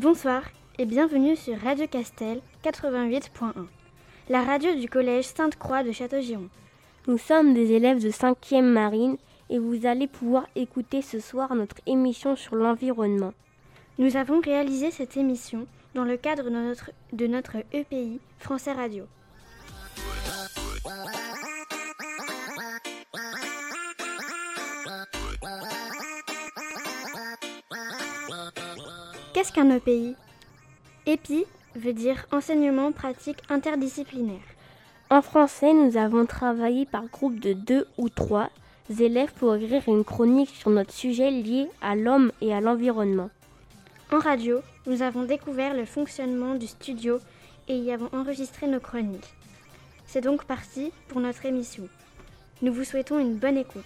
Bonsoir et bienvenue sur Radio Castel 88.1, la radio du collège Sainte-Croix de Châteaugiron. Nous sommes des élèves de 5e Marine et vous allez pouvoir écouter ce soir notre émission sur l'environnement. Nous avons réalisé cette émission dans le cadre de notre EPI Français Radio. Qu'est-ce qu'un EPI ? EPI veut dire enseignement pratique interdisciplinaire. En français, nous avons travaillé par groupe de 2 ou 3 élèves pour écrire une chronique sur notre sujet lié à l'homme et à l'environnement. En radio, nous avons découvert le fonctionnement du studio et y avons enregistré nos chroniques. C'est donc parti pour notre émission. Nous vous souhaitons une bonne écoute.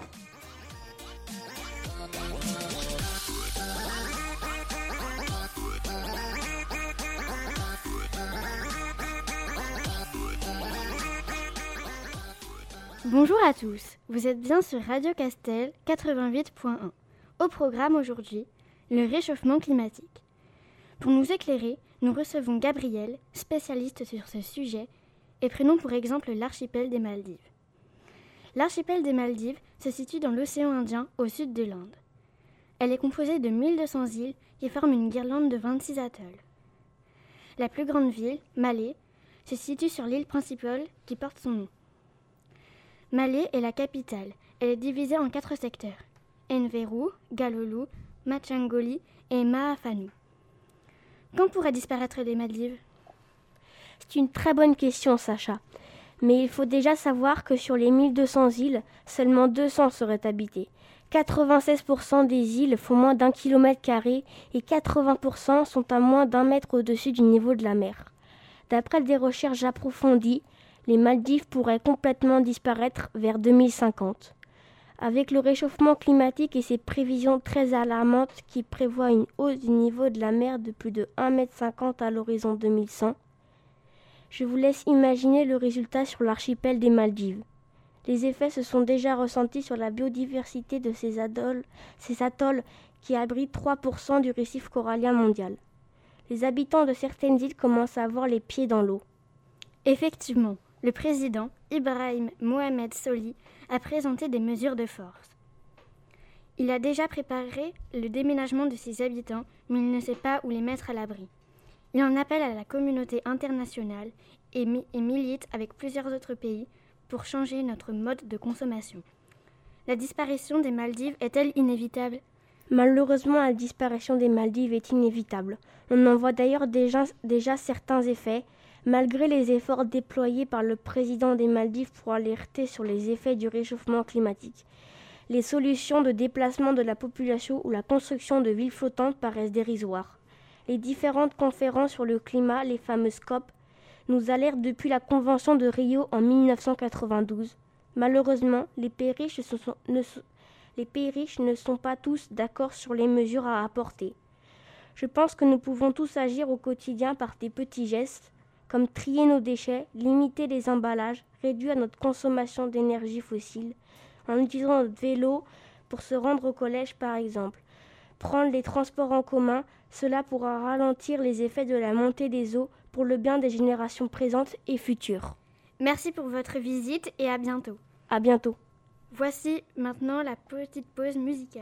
Bonjour à tous, vous êtes bien sur Radio Castel 88.1. Au programme aujourd'hui, le réchauffement climatique. Pour nous éclairer, nous recevons Gabrielle, spécialiste sur ce sujet, et prenons pour exemple l'archipel des Maldives. L'archipel des Maldives se situe dans l'océan Indien au sud de l'Inde. Elle est composée de 1200 îles qui forment une guirlande de 26 atolls. La plus grande ville, Malé, se situe sur l'île principale qui porte son nom. Malé est la capitale. Elle est divisée en 4 secteurs. Enveru, Galolu, Machangoli et Mahafanu. Quand pourraient disparaître les Maldives ? C'est une très bonne question, Sacha. Mais il faut déjà savoir que sur les 1200 îles, seulement 200 seraient habitées. 96% des îles font moins d'1 km² et 80% sont à moins d'1 mètre au-dessus du niveau de la mer. D'après des recherches approfondies, les Maldives pourraient complètement disparaître vers 2050. Avec le réchauffement climatique et ses prévisions très alarmantes qui prévoient une hausse du niveau de la mer de plus de 1,50 m à l'horizon 2100, je vous laisse imaginer le résultat sur l'archipel des Maldives. Les effets se sont déjà ressentis sur la biodiversité de ces atolls qui abritent 3% du récif corallien mondial. Les habitants de certaines îles commencent à avoir les pieds dans l'eau. Effectivement, le président Ibrahim Mohamed Soli a présenté des mesures de force. Il a déjà préparé le déménagement de ses habitants, mais il ne sait pas où les mettre à l'abri. Il en appelle à la communauté internationale et milite avec plusieurs autres pays pour changer notre mode de consommation. La disparition des Maldives est-elle inévitable ? Malheureusement, la disparition des Maldives est inévitable. On en voit d'ailleurs déjà certains effets, malgré les efforts déployés par le président des Maldives pour alerter sur les effets du réchauffement climatique. Les solutions de déplacement de la population ou la construction de villes flottantes paraissent dérisoires. Les différentes conférences sur le climat, les fameuses COP, nous alertent depuis la Convention de Rio en 1992. Malheureusement, les pays riches ne sont pas tous d'accord sur les mesures à apporter. Je pense que nous pouvons tous agir au quotidien par des petits gestes, comme trier nos déchets, limiter les emballages, réduire notre consommation d'énergie fossile, en utilisant notre vélo pour se rendre au collège par exemple. Prendre les transports en commun, cela pourra ralentir les effets de la montée des eaux pour le bien des générations présentes et futures. Merci pour votre visite et à bientôt. À bientôt. Voici maintenant la petite pause musicale.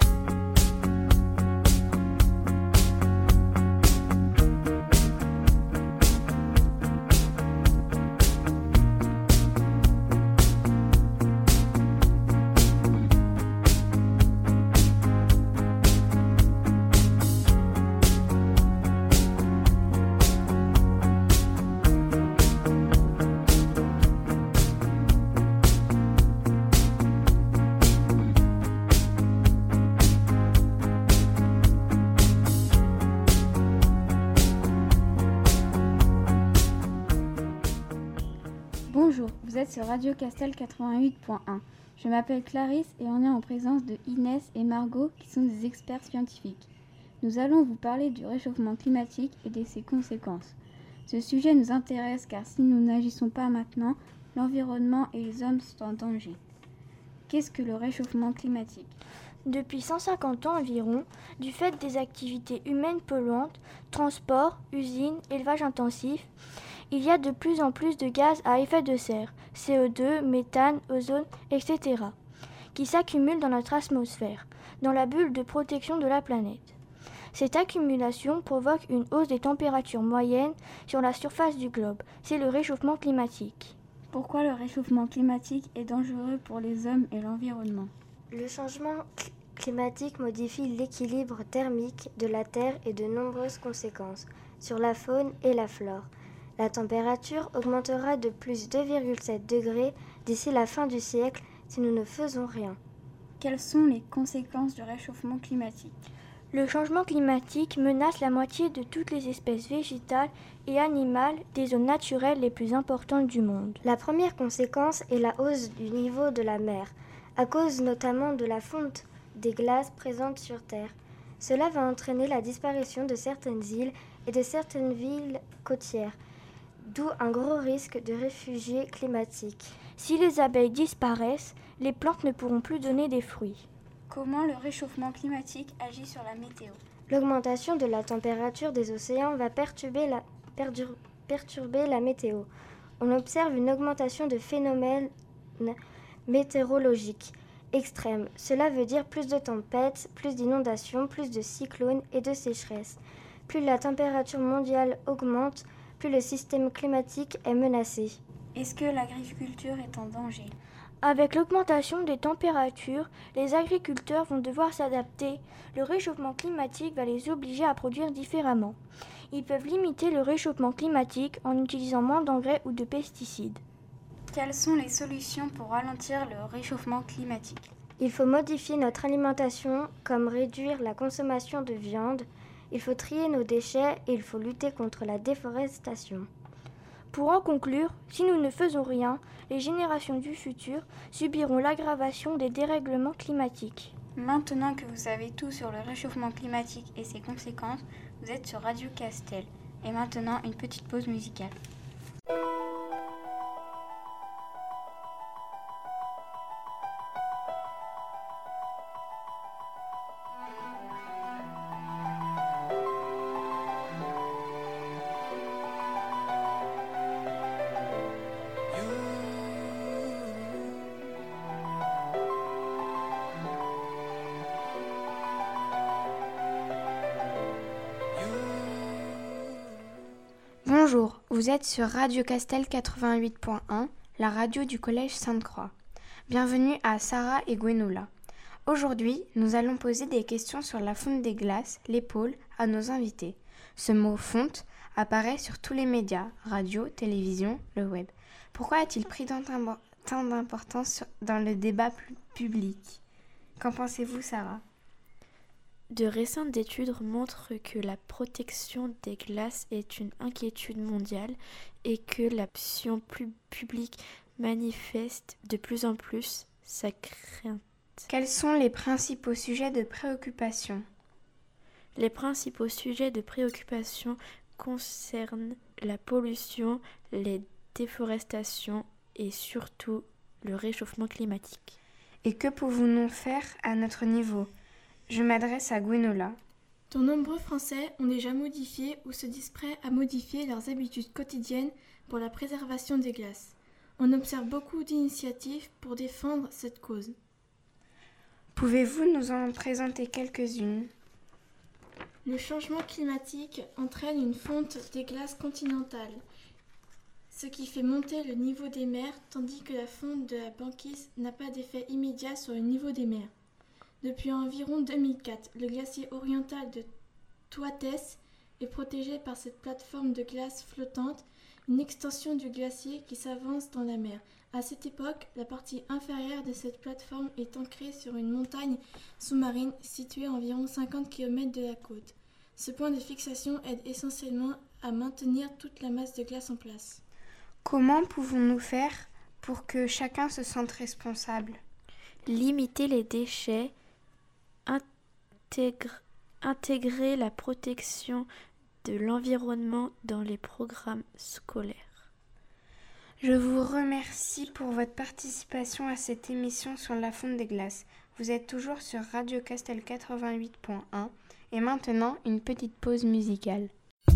Bonjour, vous êtes sur Radio Castel 88.1. Je m'appelle Clarisse et on est en présence de Inès et Margot qui sont des experts scientifiques. Nous allons vous parler du réchauffement climatique et de ses conséquences. Ce sujet nous intéresse car si nous n'agissons pas maintenant, l'environnement et les hommes sont en danger. Qu'est-ce que le réchauffement climatique ? Depuis 150 ans environ, du fait des activités humaines polluantes, transport, usines, élevage intensif, il y a de plus en plus de gaz à effet de serre, CO2, méthane, ozone, etc., qui s'accumulent dans notre atmosphère, dans la bulle de protection de la planète. Cette accumulation provoque une hausse des températures moyennes sur la surface du globe. C'est le réchauffement climatique. Pourquoi le réchauffement climatique est dangereux pour les hommes et l'environnement ? Le changement climatique modifie l'équilibre thermique de la Terre et de nombreuses conséquences sur la faune et la flore. La température augmentera de plus 2,7 degrés d'ici la fin du siècle si nous ne faisons rien. Quelles sont les conséquences du réchauffement climatique ? Le changement climatique menace la moitié de toutes les espèces végétales et animales des zones naturelles les plus importantes du monde. La première conséquence est la hausse du niveau de la mer, à cause notamment de la fonte des glaces présentes sur Terre. Cela va entraîner la disparition de certaines îles et de certaines villes côtières, d'où un gros risque de réfugiés climatiques. Si les abeilles disparaissent, les plantes ne pourront plus donner des fruits. Comment le réchauffement climatique agit sur la météo ? L'augmentation de la température des océans va perturber la météo. On observe une augmentation de phénomènes météorologiques extrêmes. Cela veut dire plus de tempêtes, plus d'inondations, plus de cyclones et de sécheresses. Plus la température mondiale augmente, plus le système climatique est menacé. Est-ce que l'agriculture est en danger ? Avec l'augmentation des températures, les agriculteurs vont devoir s'adapter. Le réchauffement climatique va les obliger à produire différemment. Ils peuvent limiter le réchauffement climatique en utilisant moins d'engrais ou de pesticides. Quelles sont les solutions pour ralentir le réchauffement climatique ? Il faut modifier notre alimentation, comme réduire la consommation de viande. Il faut trier nos déchets et il faut lutter contre la déforestation. Pour en conclure, si nous ne faisons rien, les générations du futur subiront l'aggravation des dérèglements climatiques. Maintenant que vous savez tout sur le réchauffement climatique et ses conséquences, vous êtes sur Radio Castel. Et maintenant, une petite pause musicale. Bonjour, vous êtes sur Radio Castel 88.1, la radio du Collège Sainte-Croix. Bienvenue à Sarah et Gwenola. Aujourd'hui, nous allons poser des questions sur la fonte des glaces, les pôles, à nos invités. Ce mot « fonte » apparaît sur tous les médias, radio, télévision, le web. Pourquoi a-t-il pris tant d'importance dans le débat public ? Qu'en pensez-vous, Sarah ? De récentes études montrent que la protection des glaces est une inquiétude mondiale et que l'opinion publique manifeste de plus en plus sa crainte. Quels sont les principaux sujets de préoccupation ? Les principaux sujets de préoccupation concernent la pollution, les déforestations et surtout le réchauffement climatique. Et que pouvons-nous faire à notre niveau ? Je m'adresse à Gwenola. De nombreux Français ont déjà modifié ou se disent prêts à modifier leurs habitudes quotidiennes pour la préservation des glaces. On observe beaucoup d'initiatives pour défendre cette cause. Pouvez-vous nous en présenter quelques-unes ? Le changement climatique entraîne une fonte des glaces continentales, ce qui fait monter le niveau des mers, tandis que la fonte de la banquise n'a pas d'effet immédiat sur le niveau des mers. Depuis environ 2004, le glacier oriental de Thouates est protégé par cette plateforme de glace flottante, une extension du glacier qui s'avance dans la mer. À cette époque, la partie inférieure de cette plateforme est ancrée sur une montagne sous-marine située à environ 50 km de la côte. Ce point de fixation aide essentiellement à maintenir toute la masse de glace en place. Comment pouvons-nous faire pour que chacun se sente responsable ? Limiter les déchets, intégrer la protection de l'environnement dans les programmes scolaires. Je vous remercie pour votre participation à cette émission sur la fonte des glaces. Vous êtes toujours sur Radio Castel 88.1 et maintenant une petite pause musicale.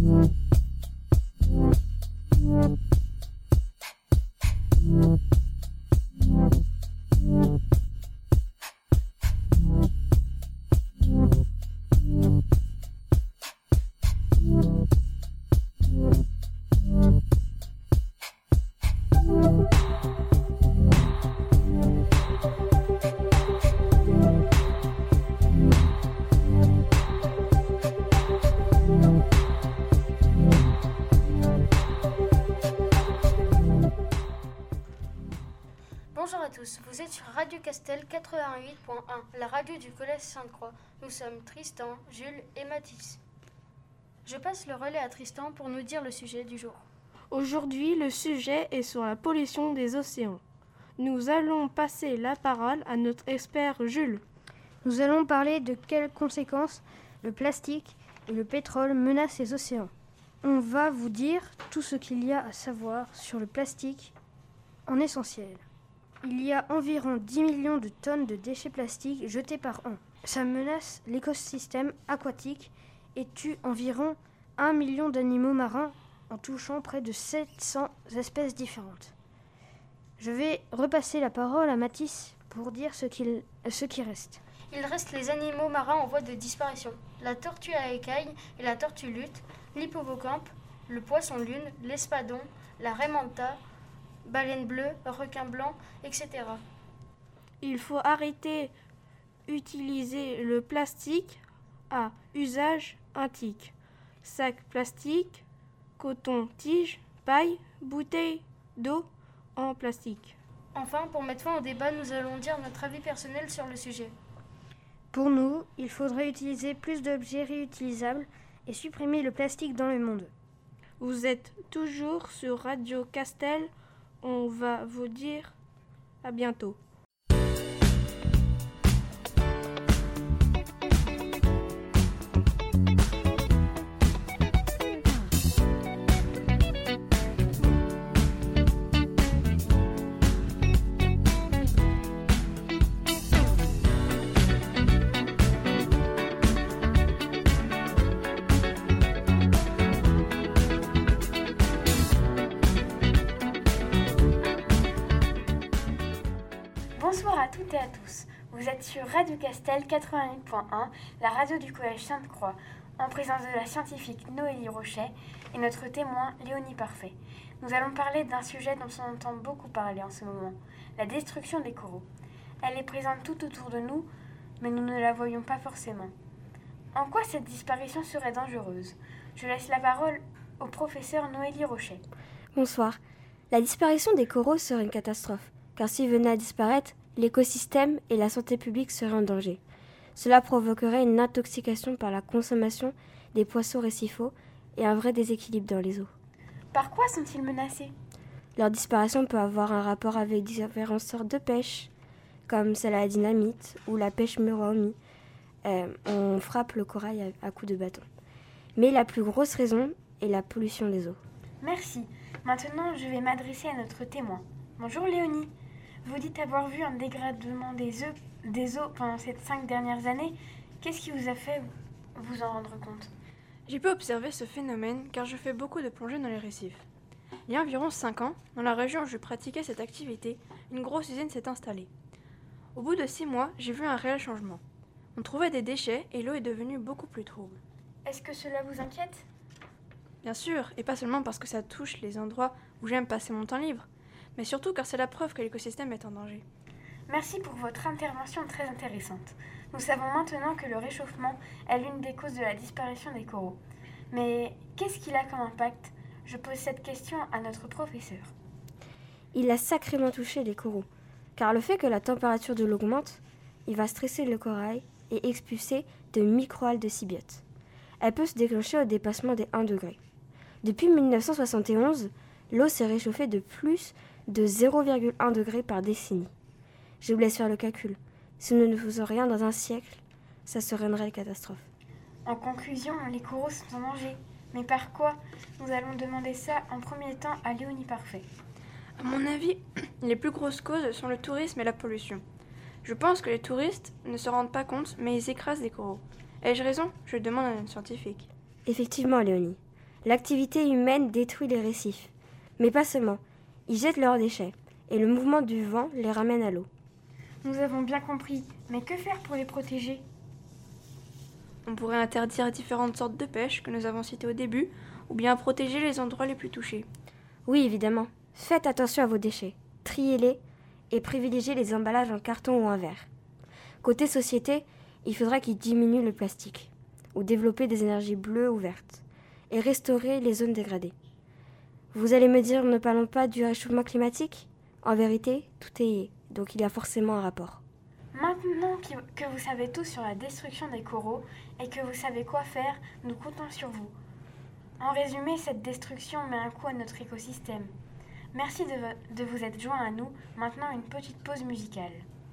Bonjour à tous, vous êtes sur Radio Castel 88.1, la radio du Collège Sainte-Croix. Nous sommes Tristan, Jules et Mathis. Je passe le relais à Tristan pour nous dire le sujet du jour. Aujourd'hui, le sujet est sur la pollution des océans. Nous allons passer la parole à notre expert Jules. Nous allons parler de quelles conséquences le plastique et le pétrole menacent les océans. On va vous dire tout ce qu'il y a à savoir sur le plastique en essentiel. Il y a environ 10 millions de tonnes de déchets plastiques jetés par an. Ça menace l'écosystème aquatique et tue environ 1 million d'animaux marins en touchant près de 700 espèces différentes. Je vais repasser la parole à Mathis pour dire ce qui reste. Il reste les animaux marins en voie de disparition. La tortue à écailles et la tortue luth, l'hippocampe, le poisson lune, l'espadon, la raie manta, baleine bleue, requin blanc, etc. Il faut arrêter d'utiliser le plastique à usage unique. Sac plastique, coton-tige, paille, bouteille d'eau en plastique. Enfin, pour mettre fin au débat, nous allons dire notre avis personnel sur le sujet. Pour nous, il faudrait utiliser plus d'objets réutilisables et supprimer le plastique dans le monde. Vous êtes toujours sur Radio Castel. On va vous dire à bientôt. Bonsoir à toutes et à tous. Vous êtes sur Radio Castel 88.1, la radio du Collège Sainte-Croix, en présence de la scientifique Noélie Rochet et notre témoin Léonie Parfait. Nous allons parler d'un sujet dont on entend beaucoup parler en ce moment, la destruction des coraux. Elle est présente tout autour de nous, mais nous ne la voyons pas forcément. En quoi cette disparition serait dangereuse ? Je laisse la parole au professeur Noélie Rochet. Bonsoir. La disparition des coraux serait une catastrophe, car s'ils venaient à disparaître, l'écosystème et la santé publique seraient en danger. Cela provoquerait une intoxication par la consommation des poissons récifaux et un vrai déséquilibre dans les eaux. Par quoi sont-ils menacés ? Leur disparition peut avoir un rapport avec différentes sortes de pêche, comme celle à la dynamite ou la pêche muromi. On frappe le corail à coups de bâton. Mais la plus grosse raison est la pollution des eaux. Merci. Maintenant, je vais m'adresser à notre témoin. Bonjour Léonie. Vous dites avoir vu un dégradement des eaux pendant ces 5 dernières années. Qu'est-ce qui vous a fait vous en rendre compte ? J'ai pu observer ce phénomène car je fais beaucoup de plongée dans les récifs. Il y a environ 5 ans, dans la région où je pratiquais cette activité, une grosse usine s'est installée. Au bout de 6 mois, j'ai vu un réel changement. On trouvait des déchets et l'eau est devenue beaucoup plus trouble. Est-ce que cela vous inquiète ? Bien sûr, et pas seulement parce que ça touche les endroits où j'aime passer mon temps libre, mais surtout car c'est la preuve que l'écosystème est en danger. Merci pour votre intervention très intéressante. Nous savons maintenant que le réchauffement est l'une des causes de la disparition des coraux. Mais qu'est-ce qu'il a comme impact ? Je pose cette question à notre professeur. Il a sacrément touché les coraux, car le fait que la température de l'eau augmente, il va stresser le corail et expulser de microalgues de symbiote. Elle peut se déclencher au dépassement des 1 degré. Depuis 1971, l'eau s'est réchauffée de plus de 0,1 degré par décennie. Je vous laisse faire le calcul. Si nous ne faisons rien dans un siècle, ça serait une réelle catastrophe. En conclusion, les coraux sont en danger. Mais par quoi ? Nous allons demander ça en premier temps à Léonie Parfait. À mon avis, les plus grosses causes sont le tourisme et la pollution. Je pense que les touristes ne se rendent pas compte, mais ils écrasent des coraux. Ai-je raison? Je demande à un scientifique. Effectivement, Léonie. L'activité humaine détruit les récifs. Mais pas seulement. Ils jettent leurs déchets. Et le mouvement du vent les ramène à l'eau. Nous avons bien compris, mais que faire pour les protéger? On pourrait interdire différentes sortes de pêche que nous avons citées au début, ou bien protéger les endroits les plus touchés. Oui, évidemment. Faites attention à vos déchets. Triez-les et privilégiez les emballages en carton ou en verre. Côté société, il faudra qu'ils diminuent le plastique, ou développer des énergies bleues ou vertes, et restaurer les zones dégradées. Vous allez me dire, ne parlons pas du réchauffement climatique? En vérité, tout est lié, donc il y a forcément un rapport. Maintenant que vous savez tout sur la destruction des coraux et que vous savez quoi faire, nous comptons sur vous. En résumé, cette destruction met un coup à notre écosystème. Merci de vous être joints à nous. Maintenant, une petite pause musicale.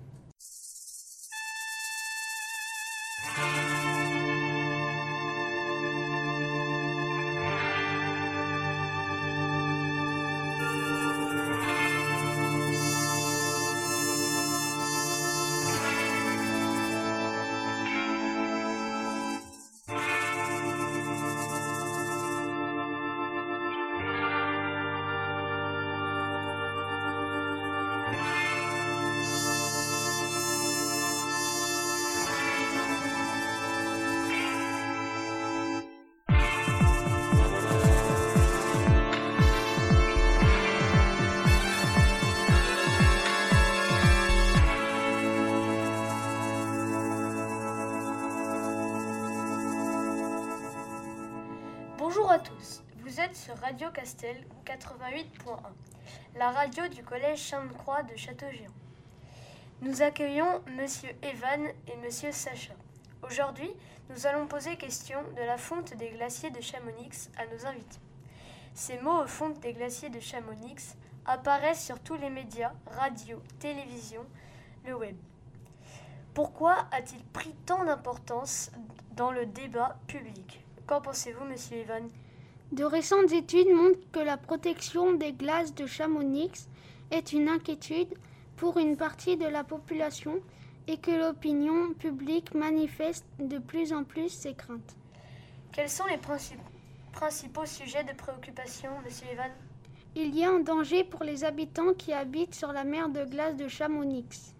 Bonjour à tous, vous êtes sur Radio Castel 88.1, la radio du collège Sainte-Croix de Châteaugiron. Nous accueillons Monsieur Evan et Monsieur Sacha. Aujourd'hui, nous allons poser question de la fonte des glaciers de Chamonix à nos invités. Ces mots fonte des glaciers de Chamonix apparaissent sur tous les médias, radio, télévision, le web. Pourquoi a-t-il pris tant d'importance dans le débat public ? Qu'en pensez-vous, Monsieur Evan ? De récentes études montrent que la protection des glaces de Chamonix est une inquiétude pour une partie de la population et que l'opinion publique manifeste de plus en plus ses craintes. Quels sont les principaux sujets de préoccupation, Monsieur Evan ? Il y a un danger pour les habitants qui habitent sur la mer de glace de Chamonix.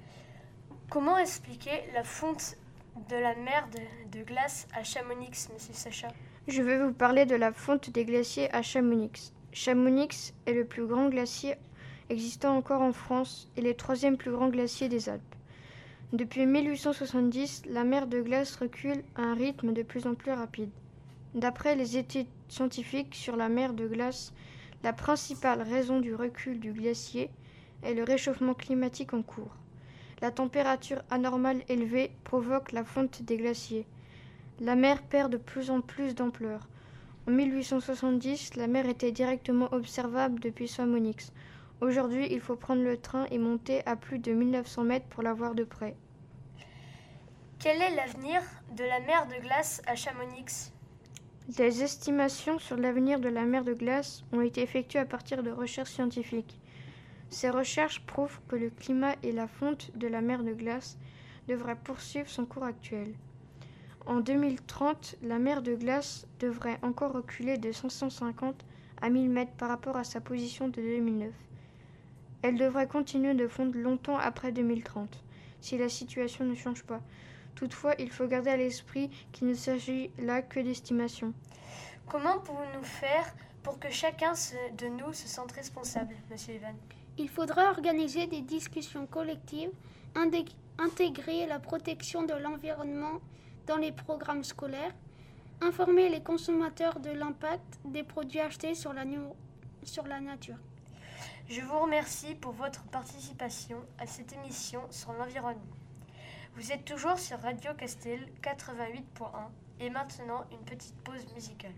Comment expliquer la fonte de la mer de glace à Chamonix, Monsieur Sacha? Je vais vous parler de la fonte des glaciers à Chamonix. Chamonix est le plus grand glacier existant encore en France et le troisième plus grand glacier des Alpes. Depuis 1870, la mer de glace recule à un rythme de plus en plus rapide. D'après les études scientifiques sur la mer de glace, la principale raison du recul du glacier est le réchauffement climatique en cours. La température anormale élevée provoque la fonte des glaciers. La mer perd de plus en plus d'ampleur. En 1870, la mer était directement observable depuis Chamonix. Aujourd'hui, il faut prendre le train et monter à plus de 1900 mètres pour la voir de près. Quel est l'avenir de la mer de glace à Chamonix ? Des estimations sur l'avenir de la mer de glace ont été effectuées à partir de recherches scientifiques. Ces recherches prouvent que le climat et la fonte de la mer de glace devraient poursuivre son cours actuel. En 2030, la mer de glace devrait encore reculer de 550 à 1000 mètres par rapport à sa position de 2009. Elle devrait continuer de fondre longtemps après 2030, si la situation ne change pas. Toutefois, il faut garder à l'esprit qu'il ne s'agit là que d'estimations. Comment pouvons-nous faire pour que chacun de nous se sente responsable, Monsieur Evan ? Il faudra organiser des discussions collectives, intégrer la protection de l'environnement dans les programmes scolaires, informer les consommateurs de l'impact des produits achetés sur la nature. Je vous remercie pour votre participation à cette émission sur l'environnement. Vous êtes toujours sur Radio Castel 88.1 et maintenant une petite pause musicale.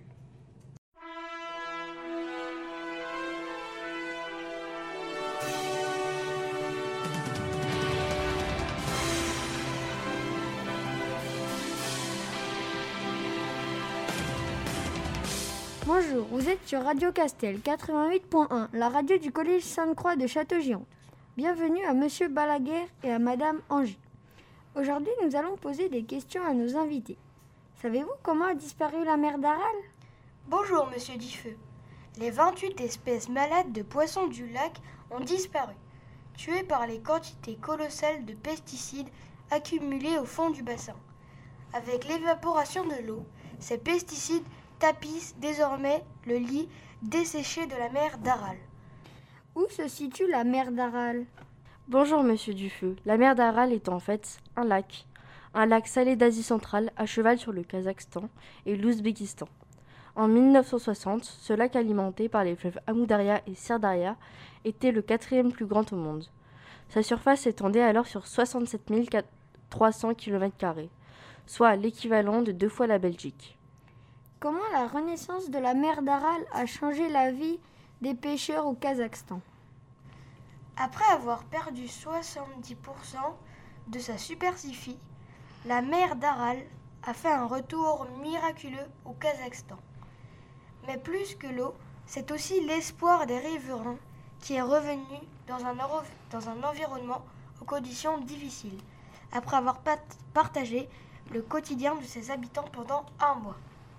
Bonjour, vous êtes sur Radio Castel 88.1, la radio du collège Sainte-Croix de Châteaugiron. Bienvenue à Monsieur Balaguer et à Madame Angie. Aujourd'hui, nous allons poser des questions à nos invités. Savez-vous comment a disparu la mer d'Aral ? Bonjour, Monsieur Diffeux. Les 28 espèces malades de poissons du lac ont disparu, tuées par les quantités colossales de pesticides accumulés au fond du bassin. Avec l'évaporation de l'eau, ces pesticides tapissent désormais le lit desséché de la mer d'Aral. Où se situe la mer d'Aral ? Bonjour Monsieur Dufeu. La mer d'Aral est en fait un lac salé d'Asie centrale à cheval sur le Kazakhstan et l'Ouzbékistan. En 1960, ce lac alimenté par les fleuves Amou Daria et Sirdaria était le 4e plus grand au monde. Sa surface s'étendait alors sur 67 300 km², soit l'équivalent de 2 fois la Belgique. Comment la renaissance de la mer d'Aral a changé la vie des pêcheurs au Kazakhstan ? Après avoir perdu 70% de sa superficie, la mer d'Aral a fait un retour miraculeux au Kazakhstan. Mais plus que l'eau, c'est aussi l'espoir des riverains qui est revenu dans un environnement aux conditions difficiles, après avoir partagé le quotidien de ses habitants pendant un mois.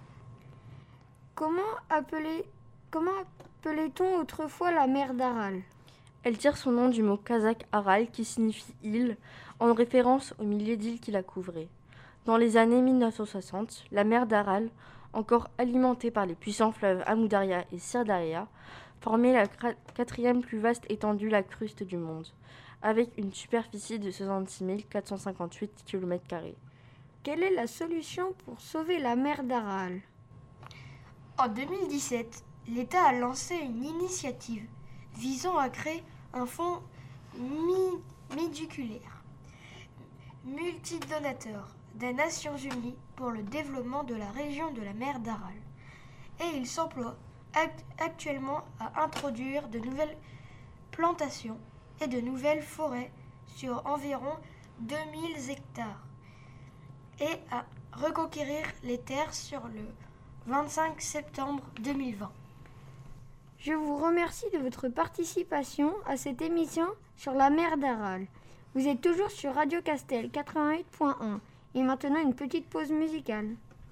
Comment appelait-on autrefois la mer d'Aral ? Elle tire son nom du mot kazakh Aral qui signifie île, en référence aux milliers d'îles qui la couvraient. Dans les années 1960, la mer d'Aral, encore alimentée par les puissants fleuves Amou Daria et Sirdaria, formait la 4e plus vaste étendue lacustre du monde, avec une superficie de 66 458 km². Quelle est la solution pour sauver la mer d'Aral ? En 2017, l'État a lancé une initiative visant à créer un fonds médiculaire multidonateur des Nations Unies pour le développement de la région de la mer d'Aral. Et il s'emploie actuellement à introduire de nouvelles plantations et de nouvelles forêts sur environ 2000 hectares et à reconquérir les terres sur le 25 septembre 2020. Je vous remercie de votre participation à cette émission sur la mer d'Aral. Vous êtes toujours sur Radio Castel 88.1 et maintenant une petite pause musicale.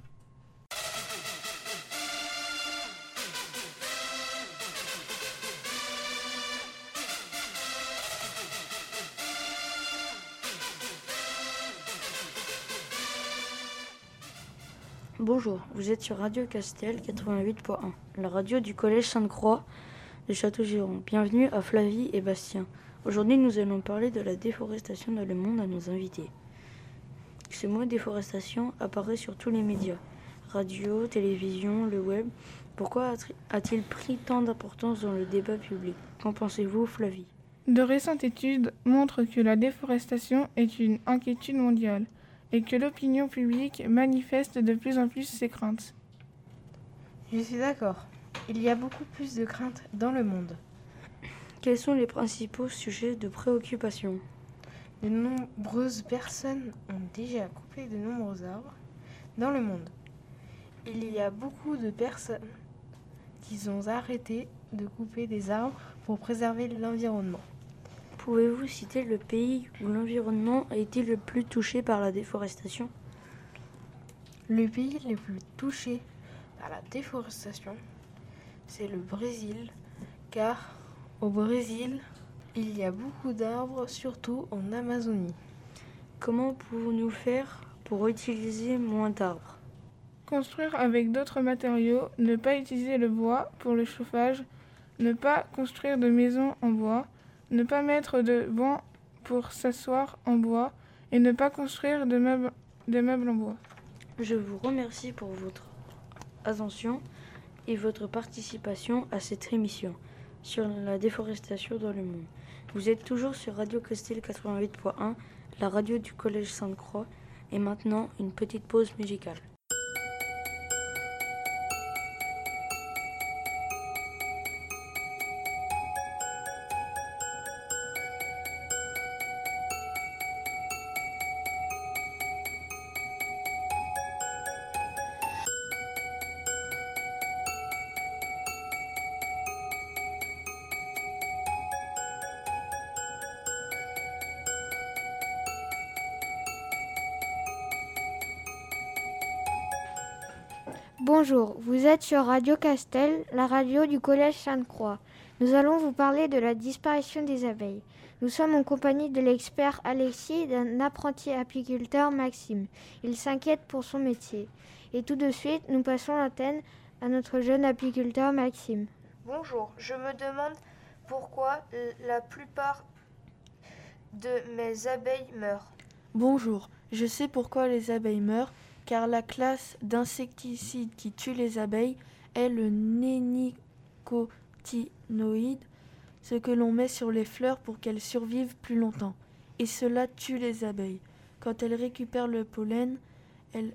Bonjour, vous êtes sur Radio Castel 88.1, la radio du collège Sainte-Croix de Château-Giron. Bienvenue à Flavie et Bastien. Aujourd'hui, nous allons parler de la déforestation dans le monde à nos invités. Ce mot déforestation apparaît sur tous les médias, radio, télévision, le web. Pourquoi a-t-il pris tant d'importance dans le débat public ? Qu'en pensez-vous, Flavie ? De récentes études montrent que la déforestation est une inquiétude mondiale et que l'opinion publique manifeste de plus en plus ses craintes. Je suis d'accord. Il y a beaucoup plus de craintes dans le monde. Quels sont les principaux sujets de préoccupation ? De nombreuses personnes ont déjà coupé de nombreux arbres dans le monde. Il y a beaucoup de personnes qui ont arrêté de couper des arbres pour préserver l'environnement. Pouvez-vous citer le pays où l'environnement a été le plus touché par la déforestation ? Le pays le plus touché par la déforestation, c'est le Brésil, car au Brésil, il y a beaucoup d'arbres, surtout en Amazonie. Comment pouvons-nous faire pour utiliser moins d'arbres ? Construire avec d'autres matériaux, ne pas utiliser le bois pour le chauffage, ne pas construire de maisons en bois, ne pas mettre de bancs pour s'asseoir en bois et ne pas construire de meubles en bois. Je vous remercie pour votre attention et votre participation à cette émission sur la déforestation dans le monde. Vous êtes toujours sur Radio Castel 88.1, la radio du Collège Sainte-Croix, et maintenant une petite pause musicale. Bonjour, vous êtes sur Radio Castel, la radio du Collège Sainte-Croix. Nous allons vous parler de la disparition des abeilles. Nous sommes en compagnie de l'expert Alexis et d'un apprenti apiculteur Maxime. Il s'inquiète pour son métier. Et tout de suite, nous passons l'antenne à notre jeune apiculteur Maxime. Bonjour, je me demande pourquoi la plupart de mes abeilles meurent. Bonjour, je sais pourquoi les abeilles meurent, car la classe d'insecticides qui tue les abeilles est le néonicotinoïde, ce que l'on met sur les fleurs pour qu'elles survivent plus longtemps. Et cela tue les abeilles. Quand elles récupèrent le pollen, il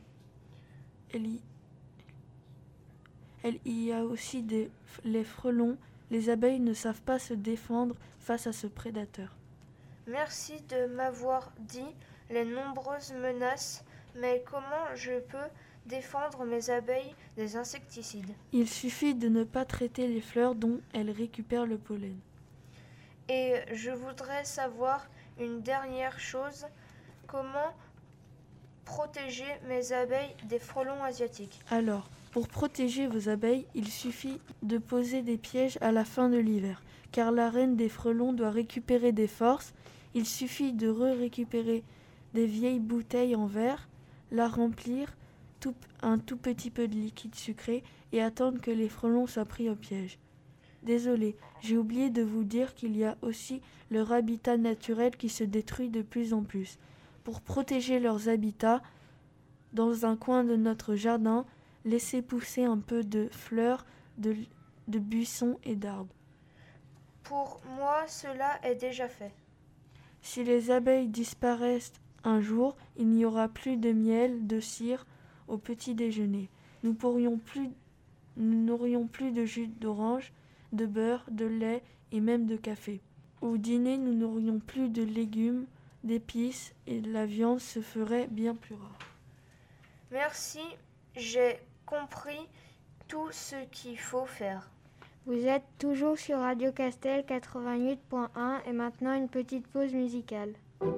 y a aussi les frelons. Les abeilles ne savent pas se défendre face à ce prédateur. Merci de m'avoir dit les nombreuses menaces, mais comment je peux défendre mes abeilles des insecticides? Il suffit de ne pas traiter les fleurs dont elles récupèrent le pollen. Et je voudrais savoir une dernière chose, comment protéger mes abeilles des frelons asiatiques? Alors, pour protéger vos abeilles, il suffit de poser des pièges à la fin de l'hiver, car la reine des frelons doit récupérer des forces. Il suffit de récupérer des vieilles bouteilles en verre, la remplir, un tout petit peu de liquide sucré et attendre que les frelons soient pris au piège. Désolé, j'ai oublié de vous dire qu'il y a aussi leur habitat naturel qui se détruit de plus en plus. Pour protéger leurs habitats, dans un coin de notre jardin, laissez pousser un peu de fleurs, de buissons et d'arbres. Pour moi, cela est déjà fait. Si les abeilles disparaissent un jour, il n'y aura plus de miel, de cire au petit déjeuner. Nous n'aurions plus de jus d'orange, de beurre, de lait et même de café. Au dîner, nous n'aurions plus de légumes, d'épices et la viande se ferait bien plus rare. Merci, j'ai compris tout ce qu'il faut faire. Vous êtes toujours sur Radio Castel 88.1 et maintenant une petite pause musicale.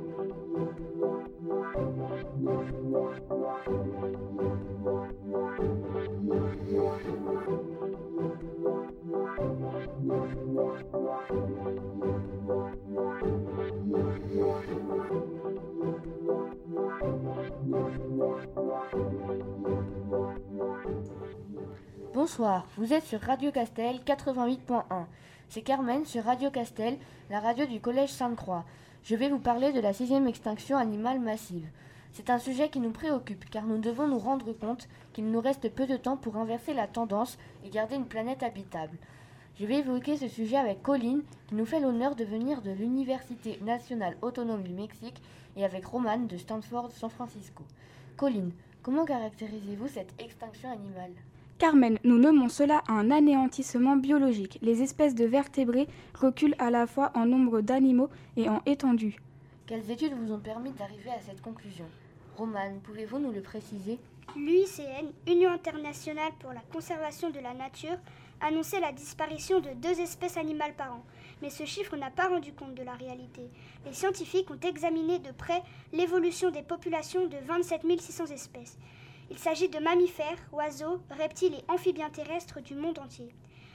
Bonsoir, vous êtes sur Radio Castel 88.1. C'est Carmen sur Radio Castel, la radio du Collège Sainte-Croix. Je vais vous parler de la 6e extinction animale massive. C'est un sujet qui nous préoccupe car nous devons nous rendre compte qu'il nous reste peu de temps pour inverser la tendance et garder une planète habitable. Je vais évoquer ce sujet avec Colline qui nous fait l'honneur de venir de l'Université nationale autonome du Mexique et avec Romane de Stanford San Francisco. Colline, comment caractérisez-vous cette extinction animale ? Carmen, nous nommons cela un anéantissement biologique. Les espèces de vertébrés reculent à la fois en nombre d'animaux et en étendue. Quelles études vous ont permis d'arriver à cette conclusion ? Romane, pouvez-vous nous le préciser ? L'UICN, Union internationale pour la conservation de la nature, annonçait la disparition de 2 espèces animales par an. Mais ce chiffre n'a pas rendu compte de la réalité. Les scientifiques ont examiné de près l'évolution des populations de 27 600 espèces. Il s'agit de mammifères, oiseaux, reptiles et amphibiens terrestres du monde entier.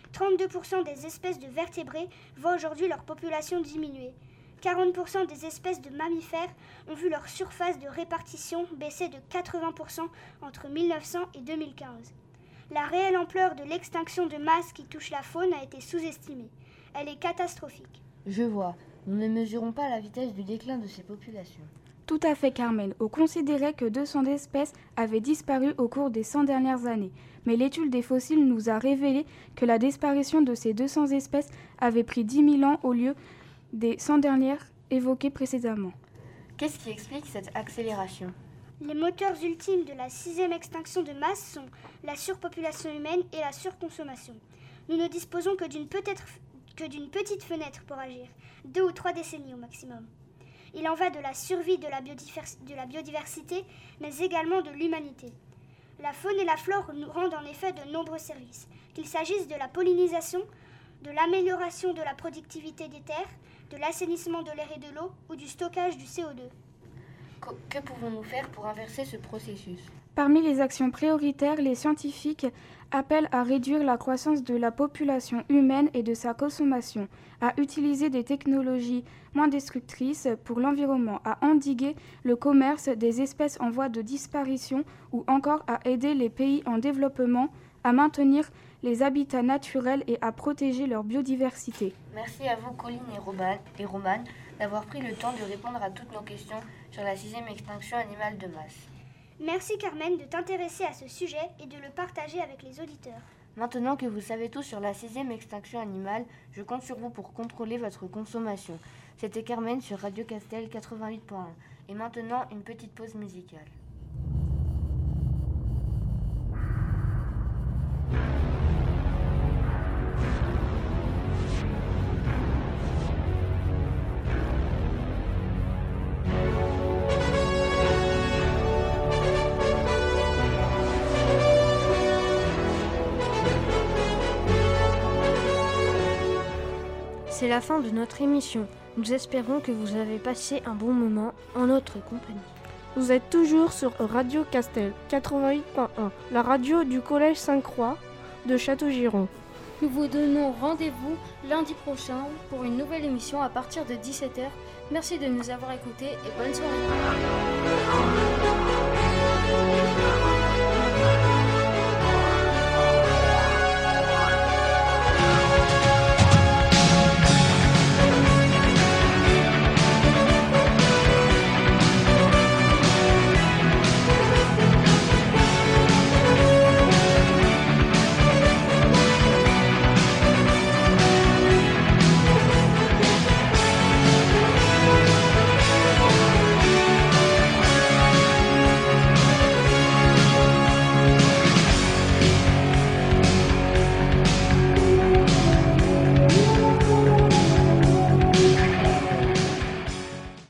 32% des espèces de vertébrés voient aujourd'hui leur population diminuer. 40% des espèces de mammifères ont vu leur surface de répartition baisser de 80% entre 1900 et 2015. La réelle ampleur de l'extinction de masse qui touche la faune a été sous-estimée. Elle est catastrophique. Je vois, nous ne mesurons pas la vitesse du déclin de ces populations. Tout à fait, Carmen. On considérait que 200 espèces avaient disparu au cours des 100 dernières années. Mais l'étude des fossiles nous a révélé que la disparition de ces 200 espèces avait pris 10 000 ans au lieu des 100 dernières évoquées précédemment. Qu'est-ce qui explique cette accélération ? Les moteurs ultimes de la 6e extinction de masse sont la surpopulation humaine et la surconsommation. Nous ne disposons que d'une petite fenêtre pour agir, 2 ou 3 décennies au maximum. Il en va de la survie de la biodiversité, mais également de l'humanité. La faune et la flore nous rendent en effet de nombreux services, qu'il s'agisse de la pollinisation, de l'amélioration de la productivité des terres, de l'assainissement de l'air et de l'eau ou du stockage du CO2. Que pouvons-nous faire pour inverser ce processus ? Parmi les actions prioritaires, les scientifiques appellent à réduire la croissance de la population humaine et de sa consommation, à utiliser des technologies moins destructrices pour l'environnement, à endiguer le commerce des espèces en voie de disparition ou encore à aider les pays en développement à maintenir les habitats naturels et à protéger leur biodiversité. Merci à vous, Colline et Romane, d'avoir pris le temps de répondre à toutes nos questions sur la 6e extinction animale de masse. Merci Carmen de t'intéresser à ce sujet et de le partager avec les auditeurs. Maintenant que vous savez tout sur la 6e extinction animale, je compte sur vous pour contrôler votre consommation. C'était Carmen sur Radio Castel 88.1. Et maintenant, une petite pause musicale. C'est la fin de notre émission. Nous espérons que vous avez passé un bon moment en notre compagnie. Vous êtes toujours sur Radio Castel 88.1, la radio du Collège Sainte-Croix de Châteaugiron. Nous vous donnons rendez-vous lundi prochain pour une nouvelle émission à partir de 17h. Merci de nous avoir écoutés et bonne soirée.